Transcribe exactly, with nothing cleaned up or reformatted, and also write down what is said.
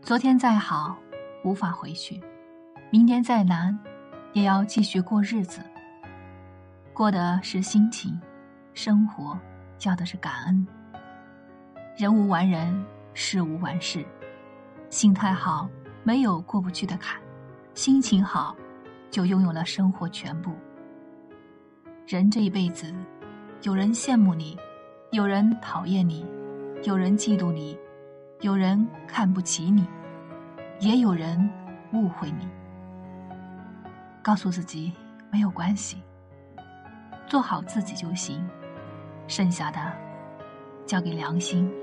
昨天再好，无法回去；明天再难，也要继续过日子。过的是心情，生活要的是感恩。人无完人，事无完事。心态好，没有过不去的坎；心情好，就拥有了生活全部。人这一辈子，有人羡慕你，有人讨厌你，有人嫉妒你，有人看不起你，也有人误会你。告诉自己没有关系，做好自己就行，剩下的交给良心。